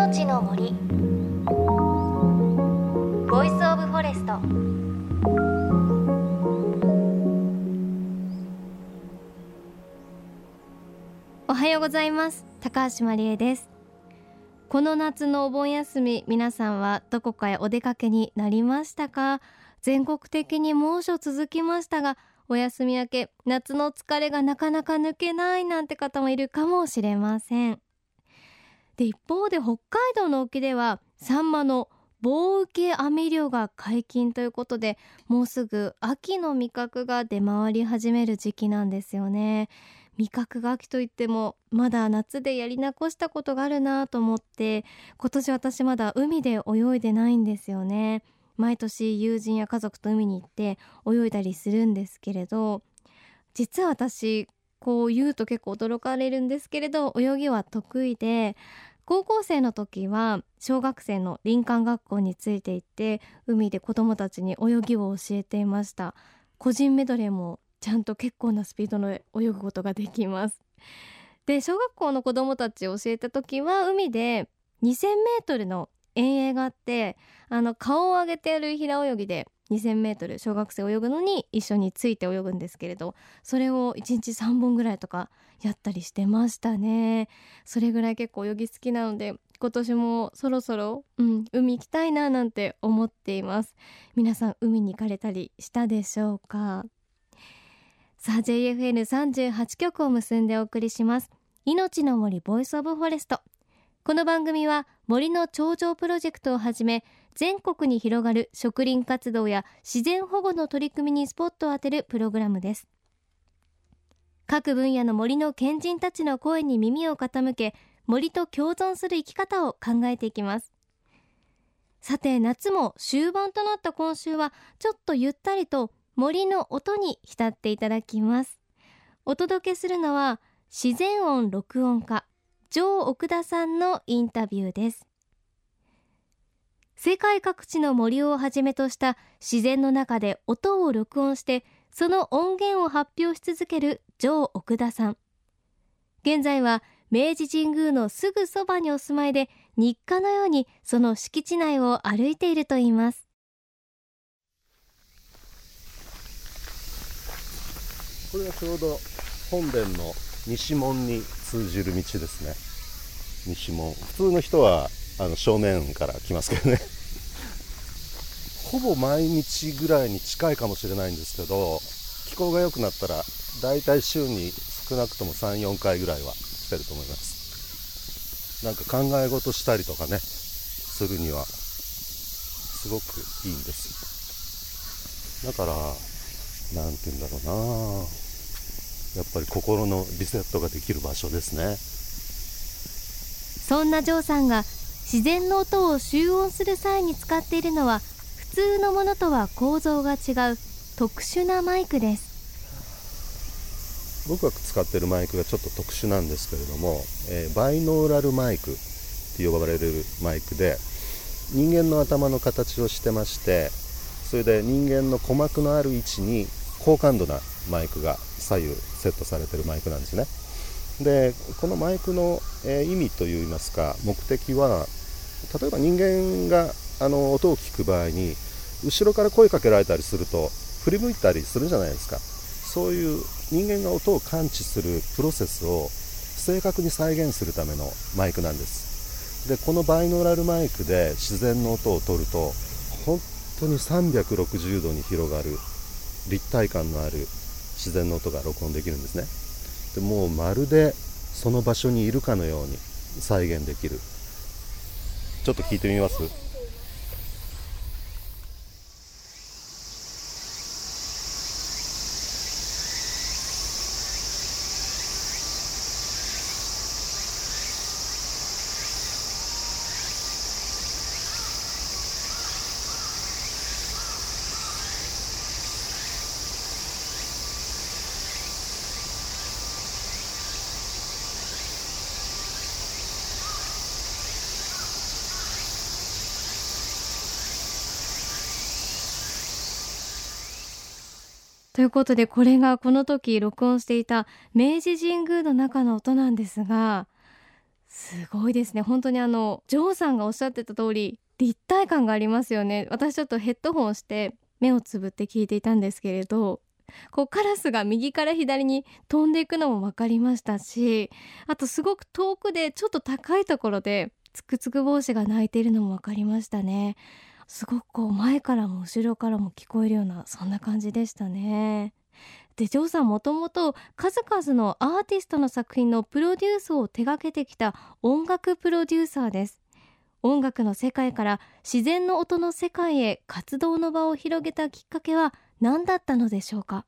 命の森ボイスオブフォレスト。おはようございます。高橋真理恵です。この夏のお盆休み、皆さんはどこかへお出かけになりましたか？全国的に猛暑続きましたが、お休み明け夏の疲れがなかなか抜けないなんて方もいるかもしれません。で、一方で北海道の沖ではサンマの棒受け網漁が解禁ということで、もうすぐ秋の味覚が出回り始める時期なんですよね。味覚が秋といってもまだ夏でやり残したことがあるなと思って、今年私まだ海で泳いでないんですよね。毎年友人や家族と海に行って泳いだりするんですけれど、実は私こう言うと結構驚かれるんですけれど、泳ぎは得意で、高校生の時は小学生の林間学校について行って海で子どもたちに泳ぎを教えていました。個人メドレーもちゃんと結構なスピードで泳ぐことができます。で、小学校の子どもたちを教えた時は海で2000メートルの遠泳があって、顔を上げてやる平泳ぎで2000メートル小学生泳ぐのに一緒について泳ぐんですけれど、それを1日3本ぐらいとかやったりしてましたね。それぐらい結構泳ぎ好きなので、今年もそろそろ、海行きたいななんて思っています。皆さん海に行かれたりしたでしょうか？さあ JFN38 局を結んでお送りします命の森ボイスオブフォレスト。この番組は森の頂上プロジェクトをはじめ、全国に広がる植林活動や自然保護の取り組みにスポットを当てるプログラムです。各分野の森の賢人たちの声に耳を傾け、森と共存する生き方を考えていきます。さて、夏も終盤となった今週はちょっとゆったりと森の音に浸っていただきます。お届けするのは自然音録音家城奥田さんのインタビューです。世界各地の森をはじめとした自然の中で音を録音して、その音源を発表し続ける城奥田さん。現在は明治神宮のすぐそばにお住まいで、日課のようにその敷地内を歩いているといいます。 これがちょうど本殿の西門に通じる道ですね。西門、普通の人は正面から来ますけどねほぼ毎日ぐらいに近いかもしれないんですけど、気候が良くなったらだいたい週に少なくとも 3,4 回ぐらいは来てると思います。なんか考え事したりとかねするにはすごくいいんです。だからなんて言うんだろうな、やっぱり心のリセットができる場所ですね。 そんなジョーさんが自然の音を集音する際に使っているのは、普通のものとは構造が違う特殊なマイクです。 僕が使っているマイクがちょっと特殊なんですけれども、バイノーラルマイクって呼ばれるマイクで、人間の頭の形をしてまして、それで人間の鼓膜のある位置に高感度なマイクが左右セットされているマイクなんですね。で、このマイクの、意味といいますか目的は、例えば人間が音を聞く場合に後ろから声かけられたりすると振り向いたりするじゃないですか。そういう人間が音を感知するプロセスを正確に再現するためのマイクなんです。で、このバイノーラルマイクで自然の音を取ると、本当に360度に広がる立体感のある自然の音が録音できるんですね。で、もうまるでその場所にいるかのように再現できる。ちょっと聞いてみます？ ということで、これがこの時録音していた明治神宮の中の音なんですが、 すごいですね。本当にジョーさんがおっしゃってた通り立体感がありますよね。私ちょっとヘッドホンをして目をつぶって聞いていたんですけれど、こうカラスが右から左に飛んでいくのも分かりましたし、あとすごく遠くでちょっと高いところでつくつく帽子が鳴いているのも分かりましたね。すごくこう前からも後ろからも聞こえるようなそんな感じでしたね。でジョーさんもともと数々のアーティストの作品のプロデュースを手掛けてきた音楽プロデューサーです。音楽の世界から自然の音の世界へ活動の場を広げたきっかけは何だったのでしょうか。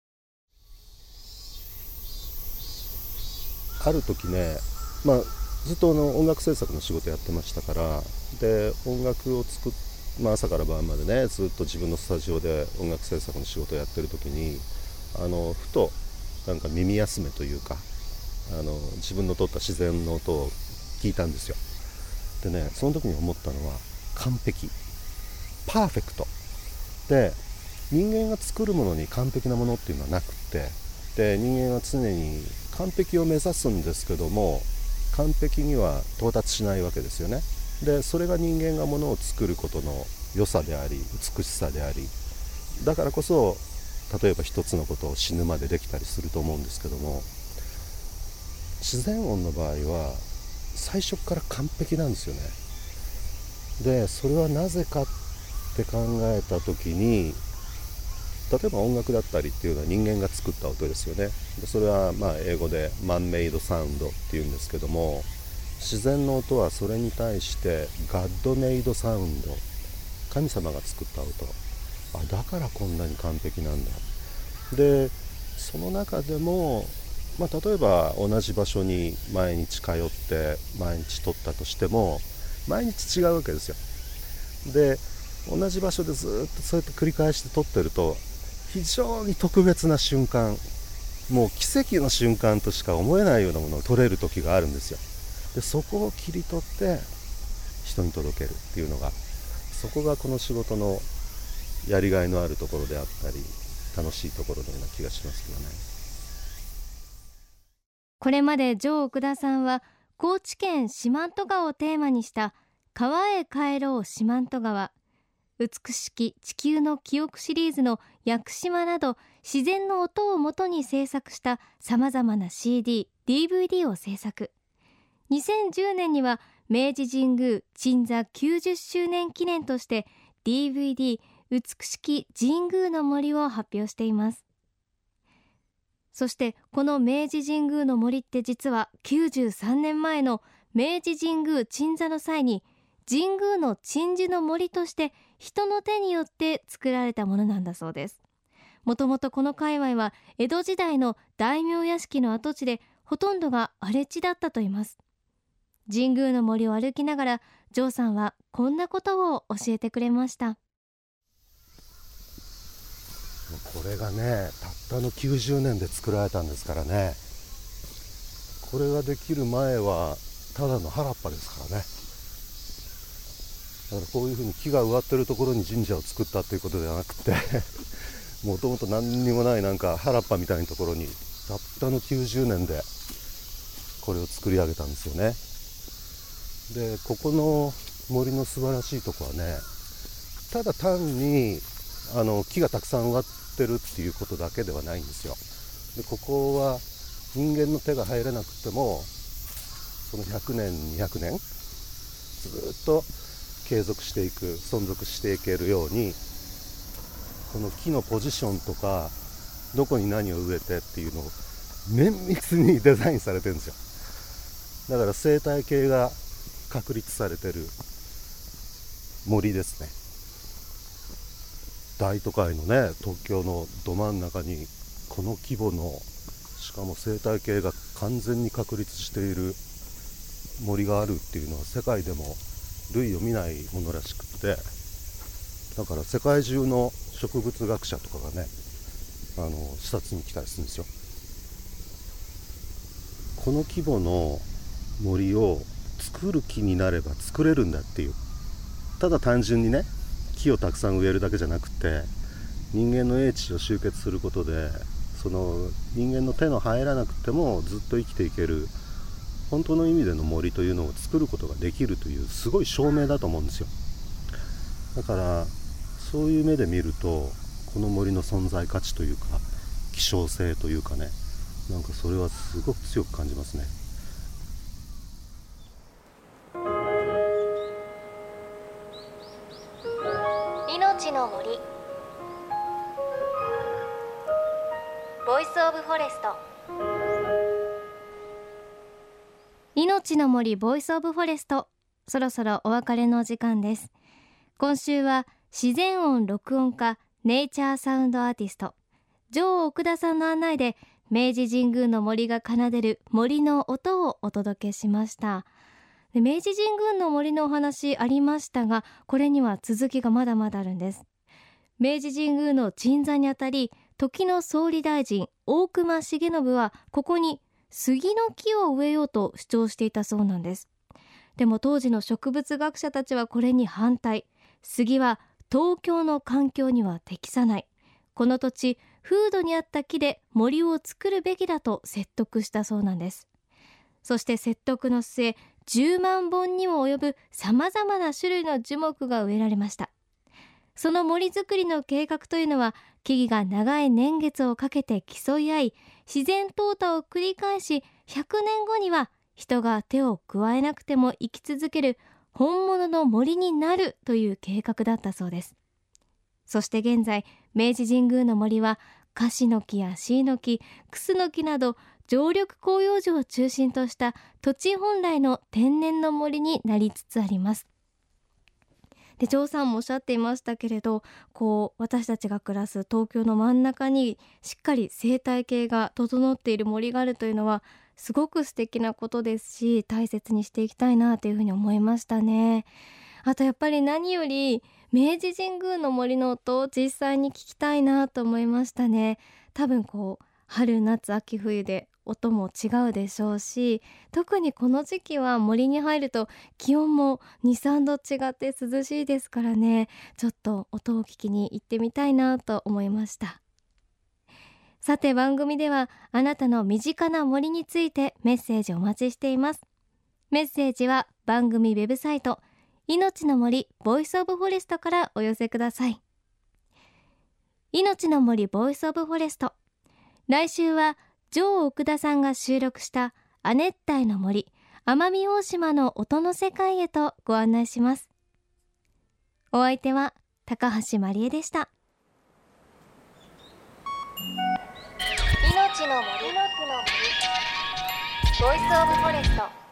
ある時ね、ずっと音楽制作の仕事やってましたから、で音楽を作っ朝から晩までねずっと自分のスタジオで音楽制作の仕事をやってる時にふとなんか耳休めというか自分の撮った自然の音を聞いたんですよ。でね、その時に思ったのは完璧、パーフェクトで、人間が作るものに完璧なものっていうのはなくって、で人間は常に完璧を目指すんですけども完璧には到達しないわけですよね。でそれが人間がものを作ることの良さであり美しさであり、だからこそ例えば一つのことを死ぬまでできたりすると思うんですけども、自然音の場合は最初から完璧なんですよね。でそれはなぜかって考えた時に、例えば音楽だったりっていうのは人間が作った音ですよね。でそれは英語でマンメイドサウンドっていうんですけども、自然の音はそれに対してガッドメイドサウンド、神様が作った音、だからこんなに完璧なんだ。でその中でも、例えば同じ場所に毎日通って毎日撮ったとしても毎日違うわけですよ。で同じ場所でずっとそうやって繰り返して撮ってると非常に特別な瞬間、もう奇跡の瞬間としか思えないようなものを撮れる時があるんですよ。でそこを切り取って人に届けるっていうのが、そこがこの仕事のやりがいのあるところであったり楽しいところのような気がしますけどね。 これまでジョー奥田さんは高知県四万十川をテーマにした川へ帰ろう四万十川、美しき地球の記憶シリーズの屋久島など自然の音をもとに制作したさまざまな CD、DVD を制作。2010年には明治神宮鎮座90周年記念として DVD 美しき神宮の森を発表しています。そしてこの明治神宮の森って実は93年前の明治神宮鎮座の際に神宮の鎮守の森として人の手によって作られたものなんだそうです。もともとこの界隈は江戸時代の大名屋敷の跡地でほとんどが荒れ地だったといいます。神宮の森を歩きながらジョーさんはこんなことを教えてくれました。 これがねたったの90年で作られたんですからね。これができる前はただの原っぱですからね。だからこういうふうに木が植わってるところに神社を作ったということではなくてもともと何にもないなんか原っぱみたいなところにたったの90年でこれを作り上げたんですよね。でここの森の素晴らしいとこはね、ただ単に木がたくさん植わってるっていうことだけではないんですよ。でここは人間の手が入れなくてもその100年200年ずっと継続していく、存続していけるようにこの木のポジションとかどこに何を植えてっていうのを綿密にデザインされてるんですよ。だから生態系が確立されてる森ですね。大都会のね東京のど真ん中にこの規模の、しかも生態系が完全に確立している森があるっていうのは世界でも類を見ないものらしくて、だから世界中の植物学者とかがね視察に来たりするんですよ。この規模の森を作る気になれば作れるんだっていう、ただ単純にね木をたくさん植えるだけじゃなくて人間の英知を集結することでその人間の手の入らなくてもずっと生きていける本当の意味での森というのを作ることができるというすごい証明だと思うんですよ。だからそういう目で見るとこの森の存在価値というか希少性というかね、なんかそれはすごく強く感じますね。 命の森ボイスオブフォレスト。命の森ボイスオブフォレスト、そろそろお別れの時間です。今週は自然音録音家、ネイチャーサウンドアーティスト城奥田さんの案内で明治神宮の森が奏でる森の音をお届けしました。で、明治神宮の森のお話ありましたが、これには続きがまだまだあるんです。明治神宮の鎮座にあたり、時の総理大臣大隈重信はここに杉の木を植えようと主張していたそうなんです。でも当時の植物学者たちはこれに反対。杉は東京の環境には適さない、この土地風土に合った木で森を作るべきだと説得したそうなんです。そして説得の末、10万本にも及ぶさまざまな種類の樹木が植えられました。その森づくりの計画というのは、木々が長い年月をかけて競い合い、自然淘汰を繰り返し、100年後には人が手を加えなくても生き続ける本物の森になるという計画だったそうです。そして現在、明治神宮の森はカシの木やシイの木、クスの木など常緑広葉樹を中心とした土地本来の天然の森になりつつあります。で、城さんもおっしゃっていましたけれど、私たちが暮らす東京の真ん中にしっかり生態系が整っている森があるというのはすごく素敵なことですし、大切にしていきたいなというふうに思いましたね。あとやっぱり何より明治神宮の森の音を実際に聞きたいなと思いましたね。多分春夏秋冬で音も違うでしょうし、特にこの時期は森に入ると気温も 2,3 度違って涼しいですからね、ちょっと音を聞きに行ってみたいなと思いました。さて、番組ではあなたの身近な森についてメッセージお待ちしています。メッセージは番組ウェブサイト命の森ボイスオブフォレストからお寄せください。命の森ボイスオブフォレスト、来週は城奥田さんが収録した亜熱帯の森奄美大島の音の世界へとご案内します。お相手は高橋まりえでした。命の森ボイスオブフォレスト。